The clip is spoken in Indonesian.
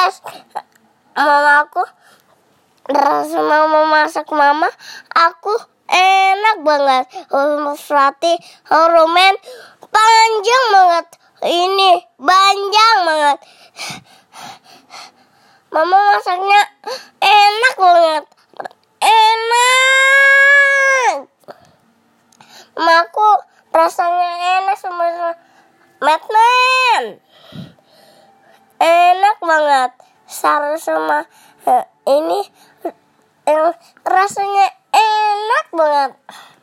Pas mamaku mama masak aku enak banget. Roti romen panjang banget. Ini panjang banget. Mama masaknya enak banget. Enak. Mamaku rasanya enak sama Batman. Enak banget. Sama ini rasanya enak banget.